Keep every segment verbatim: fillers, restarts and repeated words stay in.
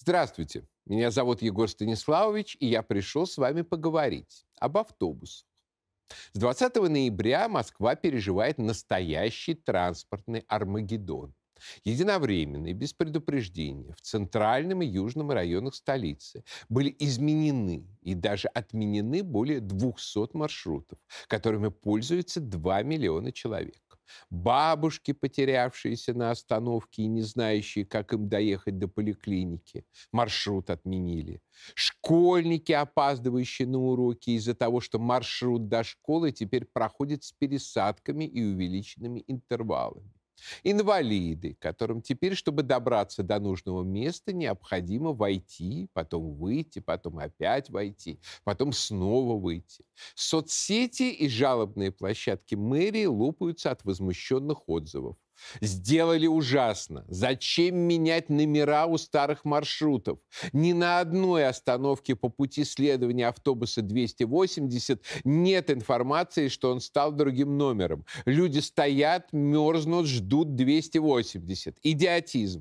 Здравствуйте, меня зовут Егор Станиславович, и я пришел с вами поговорить об автобусах. С двадцатого ноября Москва переживает настоящий транспортный Армагеддон. Единовременно и без предупреждения в центральном и южном районах столицы были изменены и даже отменены более двухсот маршрутов, которыми пользуются два миллиона человек. Бабушки, потерявшиеся на остановке и не знающие, как им доехать до поликлиники, маршрут отменили. Школьники, опаздывающие на уроки из-за того, что маршрут до школы теперь проходит с пересадками и увеличенными интервалами. Инвалиды, которым теперь, чтобы добраться до нужного места, необходимо войти, потом выйти, потом опять войти, потом снова выйти. Соцсети и жалобные площадки мэрии лопаются от возмущенных отзывов. Сделали ужасно. Зачем менять номера у старых маршрутов? Ни на одной остановке по пути следования автобуса двести восемьдесят нет информации, что он стал другим номером. Люди стоят, мерзнут, ждут двести восемьдесят. Идиотизм.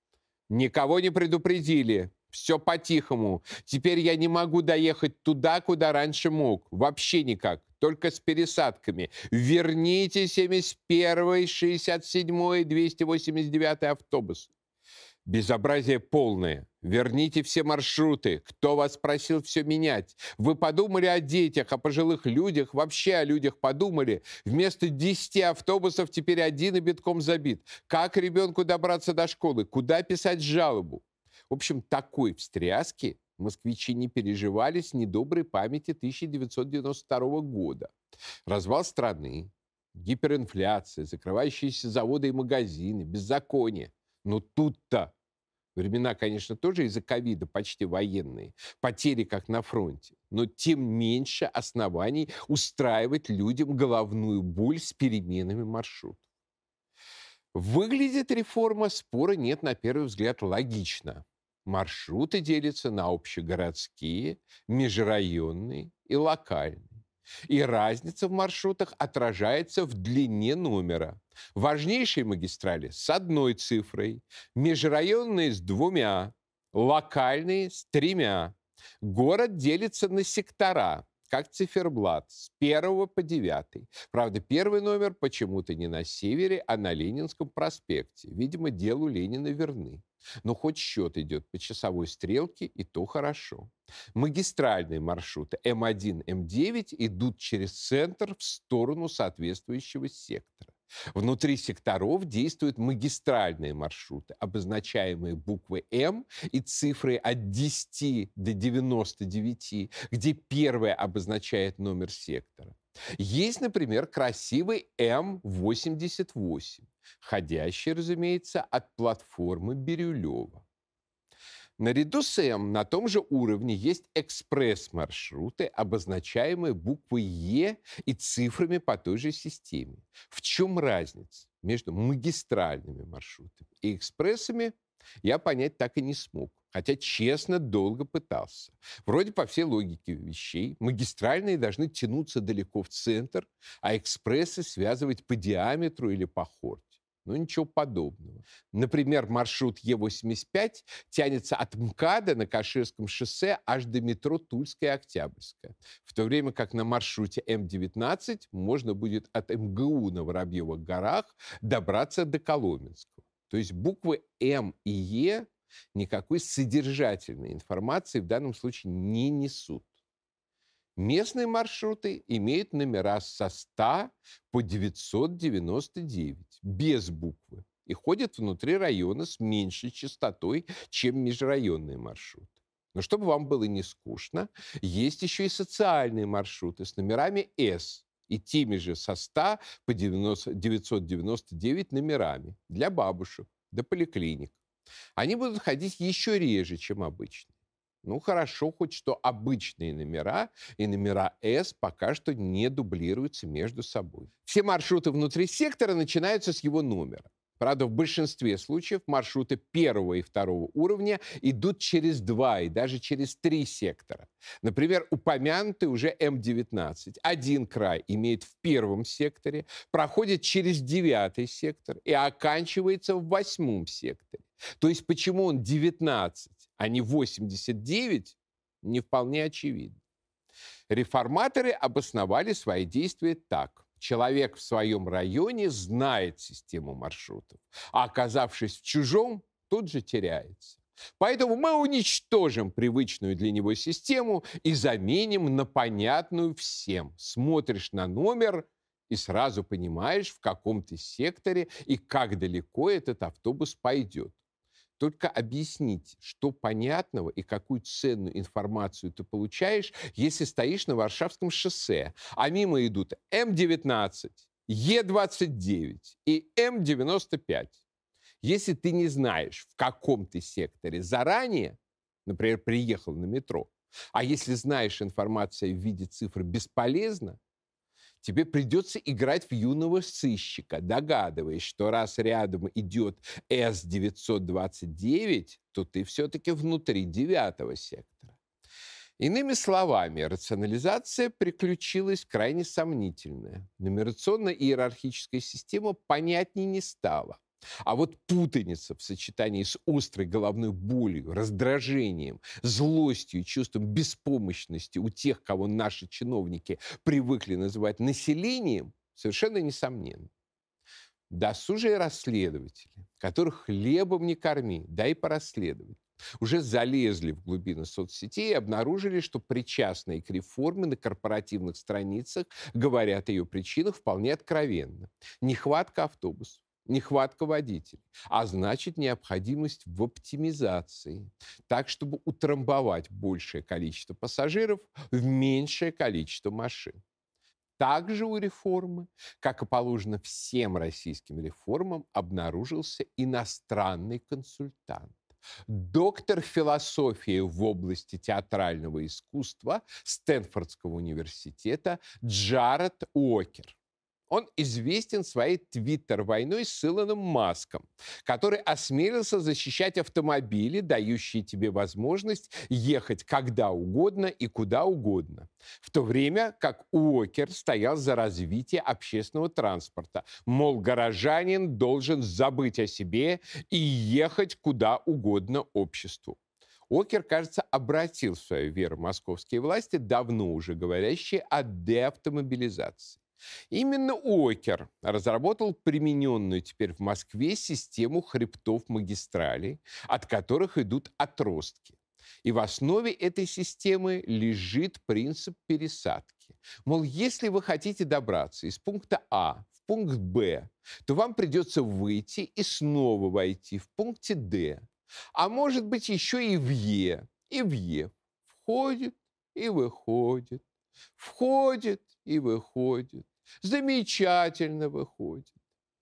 Никого не предупредили. Все по-тихому. Теперь я не могу доехать туда, куда раньше мог. Вообще никак. Только с пересадками. Верните семьдесят первый, шестьдесят седьмой и двести восемьдесят девятый автобус. Безобразие полное. Верните все маршруты. Кто вас просил все менять? Вы подумали о детях, о пожилых людях, вообще о людях подумали. Вместо десяти автобусов теперь один и битком забит. Как ребенку добраться до школы? Куда писать жалобу? В общем, такой встряски москвичи не переживали с недоброй памяти тысяча девятьсот девяносто второго года. Развал страны, гиперинфляция, закрывающиеся заводы и магазины, беззаконие. Но тут-то времена, конечно, тоже из-за ковида почти военные, потери как на фронте, но тем меньше оснований устраивать людям головную боль с переменами маршрутов. Выглядит реформа, спора нет, на первый взгляд, логично. Маршруты делятся на общегородские, межрайонные и локальные. И разница в маршрутах отражается в длине номера. Важнейшие магистрали с одной цифрой, межрайонные с двумя, локальные с тремя. Город делится на сектора, как циферблат, с первого по девятый. Правда, первый номер почему-то не на севере, а на Ленинском проспекте. Видимо, делу Ленина верны. Но хоть счет идет по часовой стрелке, и то хорошо. Магистральные маршруты эм один, эм девять идут через центр в сторону соответствующего сектора. Внутри секторов действуют магистральные маршруты, обозначаемые буквой М и цифрой от десяти до девяноста девяти, где первая обозначает номер сектора. Есть, например, красивый эм восемьдесят восемь, ходящий, разумеется, от платформы Бирюлево. Наряду с М на том же уровне есть экспресс-маршруты, обозначаемые буквой Е и цифрами по той же системе. В чем разница между магистральными маршрутами и экспрессами, я понять так и не смог, хотя честно долго пытался. Вроде по всей логике вещей магистральные должны тянуться далеко в центр, а экспрессы связывать по диаметру или по хорде. Но ничего подобного. Например, маршрут Е восемьдесят пять тянется от МКАДа на Каширском шоссе аж до метро Тульская и Октябрьская, в то время как на маршруте эм девятнадцать можно будет от эм гэ у на Воробьевых горах добраться до Коломенского. То есть буквы М и Е никакой содержательной информации в данном случае не несут. Местные маршруты имеют номера со ста по девятьсот девяносто девять, без буквы, и ходят внутри района с меньшей частотой, чем межрайонные маршруты. Но чтобы вам было не скучно, есть еще и социальные маршруты с номерами С и теми же со ста по девятьсот девяносто девять номерами для бабушек, до поликлиник. Они будут ходить еще реже, чем обычно. Ну, хорошо хоть что обычные номера и номера С пока что не дублируются между собой. Все маршруты внутри сектора начинаются с его номера. Правда, в большинстве случаев маршруты первого и второго уровня идут через два и даже через три сектора. Например, упомянутый уже эм девятнадцать. Один край имеет в первом секторе, проходит через девятый сектор и оканчивается в восьмом секторе. То есть почему он девятнадцать, а не восемьдесят девять, не вполне очевидно. Реформаторы обосновали свои действия так. Человек в своем районе знает систему маршрутов, а оказавшись в чужом, тут же теряется. Поэтому мы уничтожим привычную для него систему и заменим на понятную всем. Смотришь на номер и сразу понимаешь, в каком ты секторе и как далеко этот автобус пойдет. Только объясните, что понятного и какую ценную информацию ты получаешь, если стоишь на Варшавском шоссе, а мимо идут Эм девятнадцать, Е двадцать девять и Эм девяносто пять. Если ты не знаешь, в каком ты секторе заранее, например, приехал на метро, а если знаешь, информация в виде цифр бесполезна, тебе придется играть в юного сыщика, догадываясь, что раз рядом идет Эс девятьсот двадцать девять, то ты все-таки внутри девятого сектора. Иными словами, рационализация приключилась крайне сомнительная. Нумерационно-иерархическая система понятнее не стала. А вот путаница в сочетании с острой головной болью, раздражением, злостью и чувством беспомощности у тех, кого наши чиновники привыкли называть населением, совершенно несомненно. Досужие расследователи, которых хлебом не корми, дай порасследовать, уже залезли в глубины соцсетей и обнаружили, что причастные к реформе на корпоративных страницах говорят о ее причинах вполне откровенно. Нехватка автобусов, нехватка водителей, а значит необходимость в оптимизации, так, чтобы утрамбовать большее количество пассажиров в меньшее количество машин. Также у реформы, как и положено всем российским реформам, обнаружился иностранный консультант. Доктор философии в области театрального искусства Стэнфордского университета Джаред Уокер. Он известен своей твиттер-войной с Илоном Маском, который осмелился защищать автомобили, дающие тебе возможность ехать когда угодно и куда угодно. В то время как Уокер стоял за развитие общественного транспорта. Мол, горожанин должен забыть о себе и ехать куда угодно обществу. Уокер, кажется, обратил свою веру в московские власти, давно уже говорящие о деавтомобилизации. Именно Уокер разработал примененную теперь в Москве систему хребтов магистралей, от которых идут отростки. И в основе этой системы лежит принцип пересадки. Мол, если вы хотите добраться из пункта А в пункт Б, то вам придется выйти и снова войти в пункте Д. А может быть еще и в Е, и в Е. Входит и выходит, входит и выходит. Замечательно выходит.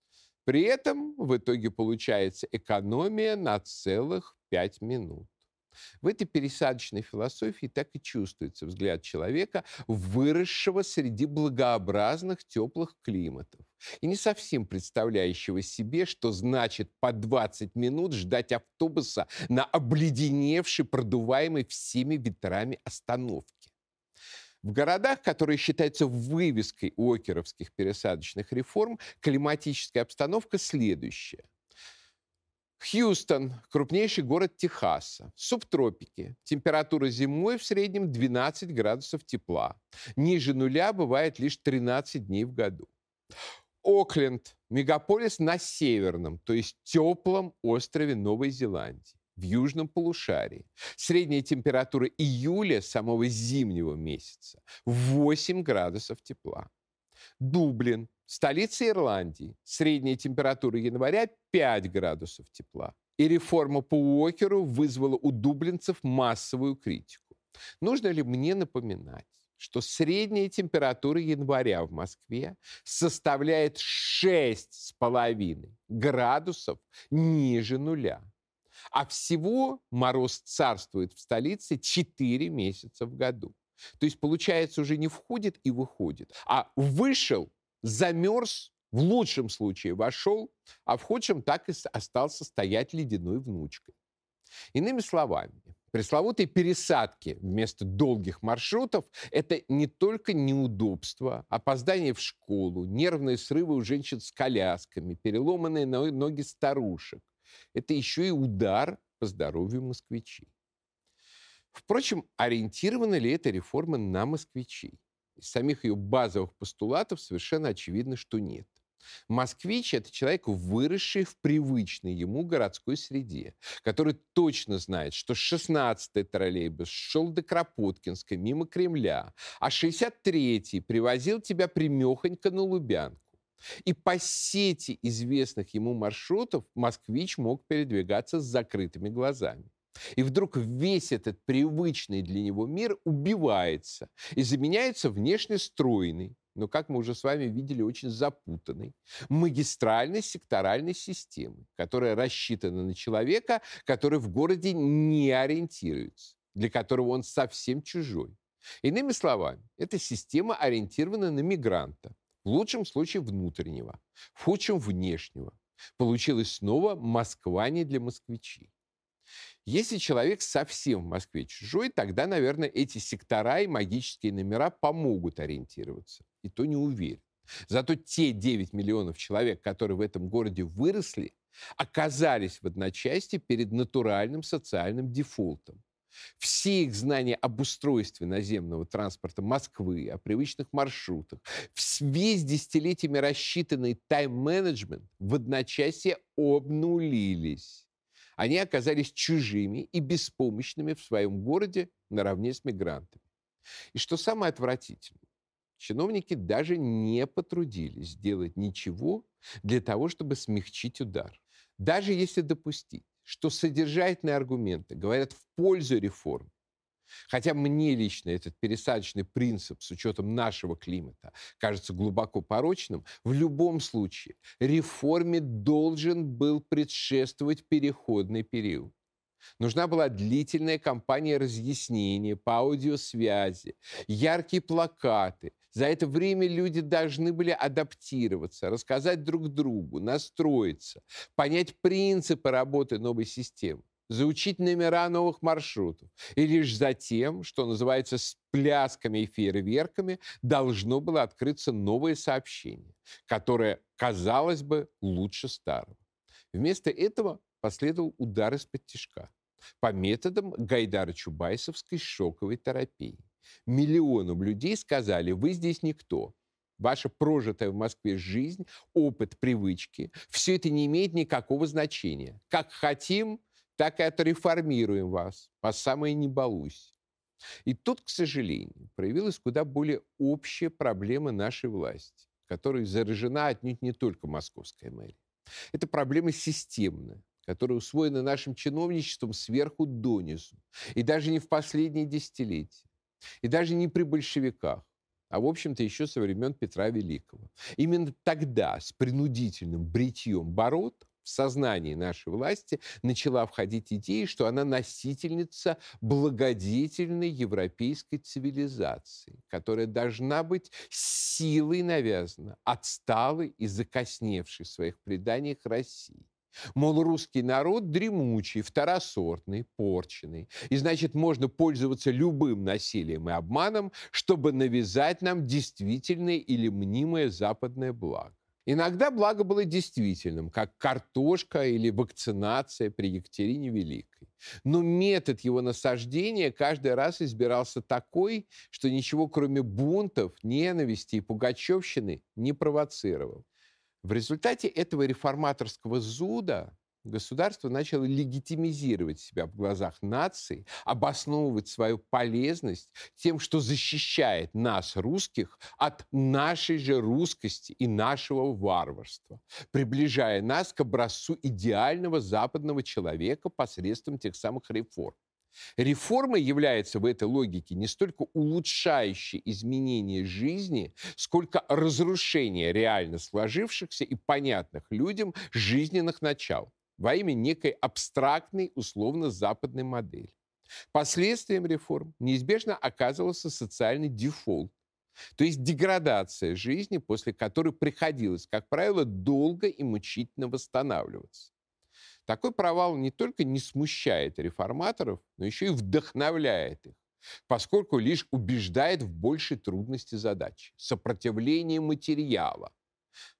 При этом в итоге получается экономия на целых пять минут. В этой пересадочной философии так и чувствуется взгляд человека, выросшего среди благообразных теплых климатов и не совсем представляющего себе, что значит по двадцать минут ждать автобуса на обледеневшей, продуваемой всеми ветрами остановке. В городах, которые считаются вывеской уокеровских пересадочных реформ, климатическая обстановка следующая. Хьюстон – крупнейший город Техаса. Субтропики. Температура зимой в среднем двенадцать градусов тепла. Ниже нуля бывает лишь тринадцать дней в году. Окленд – мегаполис на северном, то есть теплом острове Новой Зеландии, в южном полушарии. Средняя температура июля, самого зимнего месяца, восемь градусов тепла. Дублин, столица Ирландии. Средняя температура января пять градусов тепла. И реформа по Уокеру вызвала у дублинцев массовую критику. Нужно ли мне напоминать, что средняя температура января в Москве составляет шесть с половиной градусов ниже нуля? А всего мороз царствует в столице четыре месяца в году. То есть, получается, уже не входит и выходит, а вышел, замерз, в лучшем случае вошел, а в худшем так и остался стоять ледяной внучкой. Иными словами, пресловутые пересадки вместо долгих маршрутов – это не только неудобства, опоздание в школу, нервные срывы у женщин с колясками, переломанные ноги старушек. Это еще и удар по здоровью москвичей. Впрочем, ориентирована ли эта реформа на москвичей? Из самих ее базовых постулатов совершенно очевидно, что нет. Москвич — это человек, выросший в привычной ему городской среде, который точно знает, что шестнадцатый троллейбус шел до Кропоткинской, мимо Кремля, а шестьдесят третий привозил тебя примехонько на Лубянку. И по сети известных ему маршрутов москвич мог передвигаться с закрытыми глазами. И вдруг весь этот привычный для него мир убивается и заменяется внешне стройной, но, как мы уже с вами видели, очень запутанной, магистральной секторальной системой, которая рассчитана на человека, который в городе не ориентируется, для которого он совсем чужой. Иными словами, эта система ориентирована на мигранта, в лучшем случае внутреннего, в худшем внешнего. Получилась снова Москва не для москвичей. Если человек совсем в Москве чужой, тогда, наверное, эти сектора и магические номера помогут ориентироваться. И то не уверен. Зато те девять миллионов человек, которые в этом городе выросли, оказались в одночасье перед натуральным социальным дефолтом. Все их знания об устройстве наземного транспорта Москвы, о привычных маршрутах, весь десятилетиями рассчитанный тайм-менеджмент в одночасье обнулились. Они оказались чужими и беспомощными в своем городе наравне с мигрантами. И что самое отвратительное, чиновники даже не потрудились сделать ничего для того, чтобы смягчить удар. Даже если допустить, что содержательные аргументы говорят в пользу реформ, хотя мне лично этот пересадочный принцип с учетом нашего климата кажется глубоко порочным, в любом случае реформе должен был предшествовать переходный период. Нужна была длительная кампания разъяснения по аудиосвязи, яркие плакаты. За это время люди должны были адаптироваться, рассказать друг другу, настроиться, понять принципы работы новой системы, заучить номера новых маршрутов. И лишь затем, что называется, с плясками и фейерверками, должно было открыться новое сообщение, которое, казалось бы, лучше старого. Вместо этого последовал удар из-под тишка по методам Гайдара-Чубайсовской шоковой терапии. Миллионам людей сказали: вы здесь никто. Ваша прожитая в Москве жизнь, опыт, привычки – все это не имеет никакого значения. Как хотим, так и отреформируем вас, по самое не балуйся. И тут, к сожалению, проявилась куда более общая проблема нашей власти, которой заражена отнюдь не только московская мэрия. Это проблема системная, которая усвоена нашим чиновничеством сверху донизу. И даже не в последние десятилетия. И даже не при большевиках, а, в общем-то, еще со времен Петра Великого. Именно тогда с принудительным бритьем бород в сознании нашей власти начала входить идея, что она носительница благодетельной европейской цивилизации, которая должна быть силой навязана отсталой и закосневшей в своих преданиях России. Мол, русский народ дремучий, второсортный, порченый. И, значит, можно пользоваться любым насилием и обманом, чтобы навязать нам действительное или мнимое западное благо. Иногда благо было действительным, как картошка или вакцинация при Екатерине Великой. Но метод его насаждения каждый раз избирался такой, что ничего кроме бунтов, ненависти и пугачевщины не провоцировал. В результате этого реформаторского зуда государство начало легитимизировать себя в глазах нации, обосновывать свою полезность тем, что защищает нас, русских, от нашей же русскости и нашего варварства, приближая нас к образцу идеального западного человека посредством тех самых реформ. Реформа является в этой логике не столько улучшающей изменение жизни, сколько разрушение реально сложившихся и понятных людям жизненных начал во имя некой абстрактной, условно-западной модели. Последствием реформ неизбежно оказывался социальный дефолт, то есть деградация жизни, после которой приходилось, как правило, долго и мучительно восстанавливаться. Такой провал не только не смущает реформаторов, но еще и вдохновляет их, поскольку лишь убеждает в большей трудности задачи – сопротивление материала,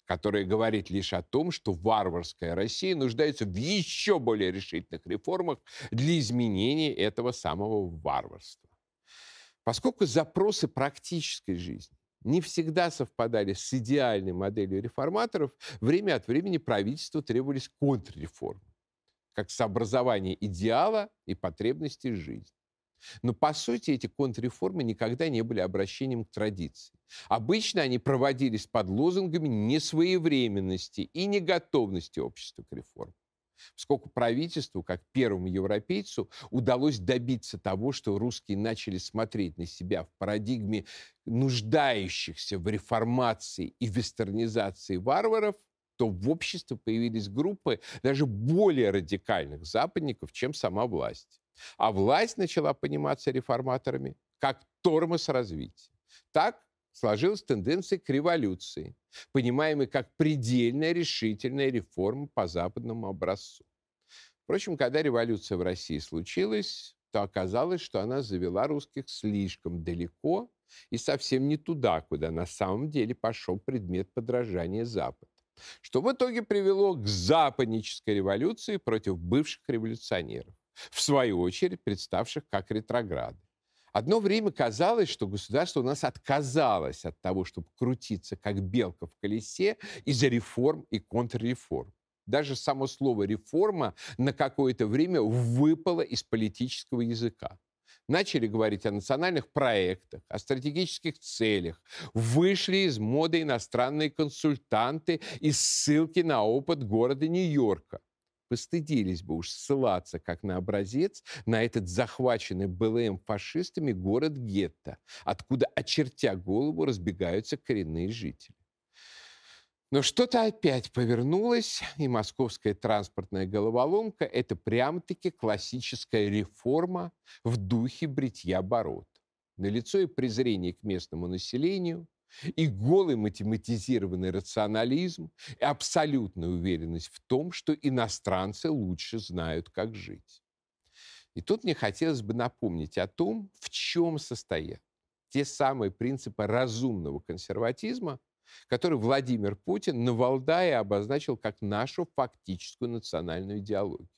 которая говорит лишь о том, что варварская Россия нуждается в еще более решительных реформах для изменения этого самого варварства. Поскольку запросы практической жизни не всегда совпадали с идеальной моделью реформаторов, время от времени правительству требовались контрреформы, как сообразование идеала и потребностей жизни. Но, по сути, эти контрреформы никогда не были обращением к традиции. Обычно они проводились под лозунгами несвоевременности и неготовности общества к реформам. Поскольку правительству, как первому европейцу, удалось добиться того, что русские начали смотреть на себя в парадигме нуждающихся в реформации и вестернизации варваров, то в обществе появились группы даже более радикальных западников, чем сама власть. А власть начала пониматься реформаторами как тормоз развития. Так сложилась тенденция к революции, понимаемой как предельная решительная реформа по западному образцу. Впрочем, когда революция в России случилась, то оказалось, что она завела русских слишком далеко и совсем не туда, куда на самом деле пошел предмет подражания Запада, что в итоге привело к западнической революции против бывших революционеров, в свою очередь представших как ретрограды. Одно время казалось, что государство у нас отказалось от того, чтобы крутиться как белка в колесе из-за реформ и контрреформ. Даже само слово «реформа» на какое-то время выпало из политического языка. Начали говорить о национальных проектах, о стратегических целях. Вышли из моды иностранные консультанты и ссылки на опыт города Нью-Йорка. Постыдились бы уж ссылаться, как на образец, на этот захваченный БЛМ фашистами город-гетто, откуда, очертя голову, разбегаются коренные жители. Но что-то опять повернулось, и московская транспортная головоломка – это прямо-таки классическая реформа в духе бритья-бород. Налицо и презрение к местному населению, и голый математизированный рационализм, и абсолютная уверенность в том, что иностранцы лучше знают, как жить. И тут мне хотелось бы напомнить о том, в чем состоят те самые принципы разумного консерватизма, который Владимир Путин на Валдае обозначил как нашу фактическую национальную идеологию.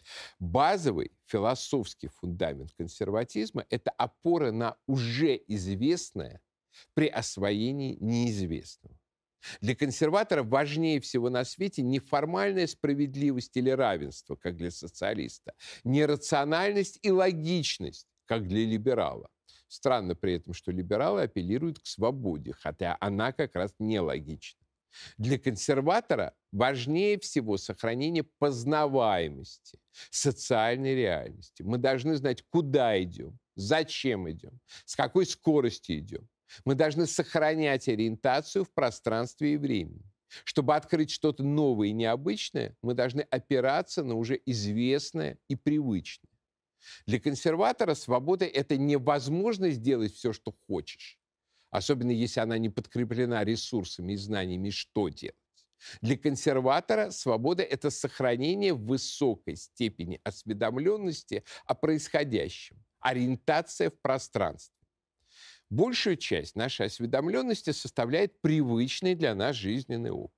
Базовый философский фундамент консерватизма – это опора на уже известное при освоении неизвестного. Для консерватора важнее всего на свете не формальная справедливость или равенство, как для социалиста, не рациональность и логичность, как для либерала. Странно при этом, что либералы апеллируют к свободе, хотя она как раз нелогична. Для консерватора важнее всего сохранение познаваемости, социальной реальности. Мы должны знать, куда идем, зачем идем, с какой скоростью идем. Мы должны сохранять ориентацию в пространстве и времени. Чтобы открыть что-то новое и необычное, мы должны опираться на уже известное и привычное. Для консерватора свобода – это не возможность делать все, что хочешь, особенно если она не подкреплена ресурсами и знаниями, что делать. Для консерватора свобода – это сохранение высокой степени осведомленности о происходящем, ориентация в пространстве. Большую часть нашей осведомленности составляет привычный для нас жизненный опыт.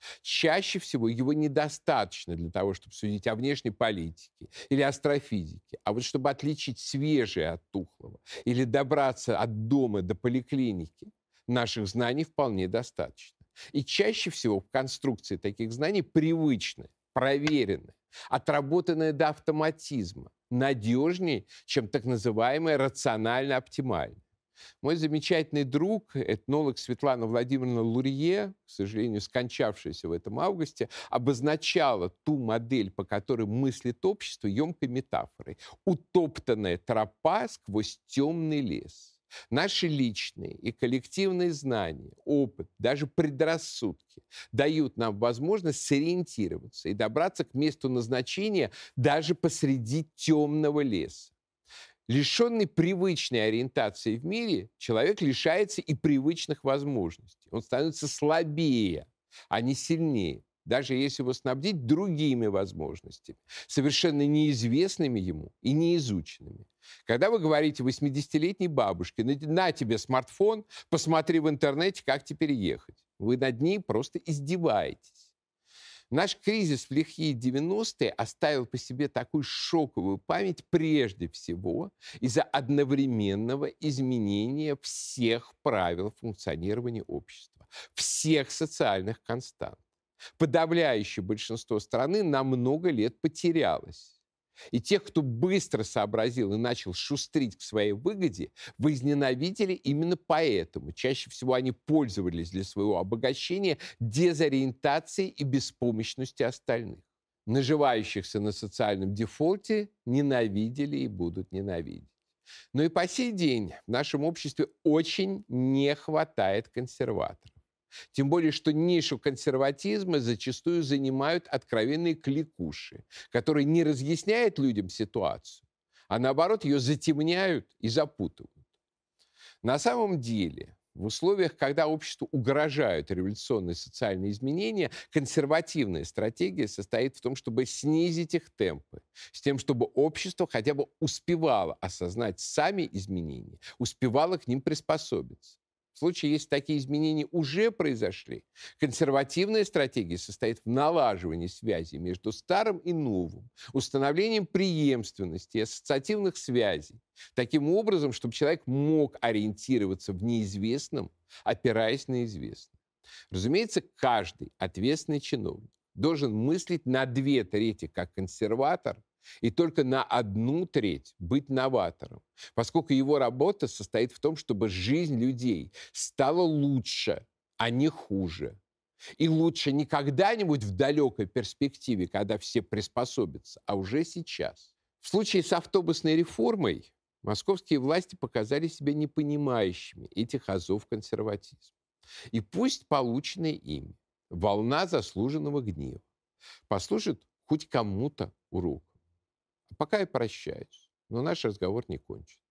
Чаще всего его недостаточно для того, чтобы судить о внешней политике или астрофизике. А вот чтобы отличить свежее от тухлого или добраться от дома до поликлиники, наших знаний вполне достаточно. И чаще всего в конструкции таких знаний привычны, проверены, отработанные до автоматизма, надежнее, чем так называемое рационально-оптимальное. Мой замечательный друг, этнолог Светлана Владимировна Лурье, к сожалению, скончавшаяся в этом августе, обозначала ту модель, по которой мыслит общество, емкой метафорой. Утоптанная тропа сквозь темный лес. Наши личные и коллективные знания, опыт, даже предрассудки дают нам возможность сориентироваться и добраться к месту назначения даже посреди темного леса. Лишенный привычной ориентации в мире, человек лишается и привычных возможностей. Он становится слабее, а не сильнее, даже если его снабдить другими возможностями, совершенно неизвестными ему и неизученными. Когда вы говорите восьмидесятилетней бабушке: на тебе смартфон, посмотри в интернете, как теперь ехать. Вы над ней просто издеваетесь. Наш кризис в лихие девяностые оставил по себе такую шоковую память прежде всего из-за одновременного изменения всех правил функционирования общества, всех социальных констант. Подавляющее большинство страны на много лет потерялось. И тех, кто быстро сообразил и начал шустрить к своей выгоде, возненавидели именно поэтому. Чаще всего они пользовались для своего обогащения дезориентацией и беспомощностью остальных. Наживающихся на социальном дефолте ненавидели и будут ненавидеть. Но и по сей день в нашем обществе очень не хватает консерваторов. Тем более, что нишу консерватизма зачастую занимают откровенные кликуши, которые не разъясняют людям ситуацию, а наоборот ее затемняют и запутывают. На самом деле, в условиях, когда обществу угрожают революционные социальные изменения, консервативная стратегия состоит в том, чтобы снизить их темпы, с тем, чтобы общество хотя бы успевало осознать сами изменения, успевало к ним приспособиться. В случае, если такие изменения уже произошли, консервативная стратегия состоит в налаживании связей между старым и новым, установлением преемственности и ассоциативных связей, таким образом, чтобы человек мог ориентироваться в неизвестном, опираясь на известное. Разумеется, каждый ответственный чиновник должен мыслить на две трети как консерватор и только на одну треть быть новатором, поскольку его работа состоит в том, чтобы жизнь людей стала лучше, а не хуже. И лучше не когда-нибудь в далекой перспективе, когда все приспособятся, а уже сейчас. В случае с автобусной реформой московские власти показали себя непонимающими этих азов консерватизма. И пусть полученная ими волна заслуженного гнева послужит хоть кому-то уроком. Пока я прощаюсь, но наш разговор не кончен.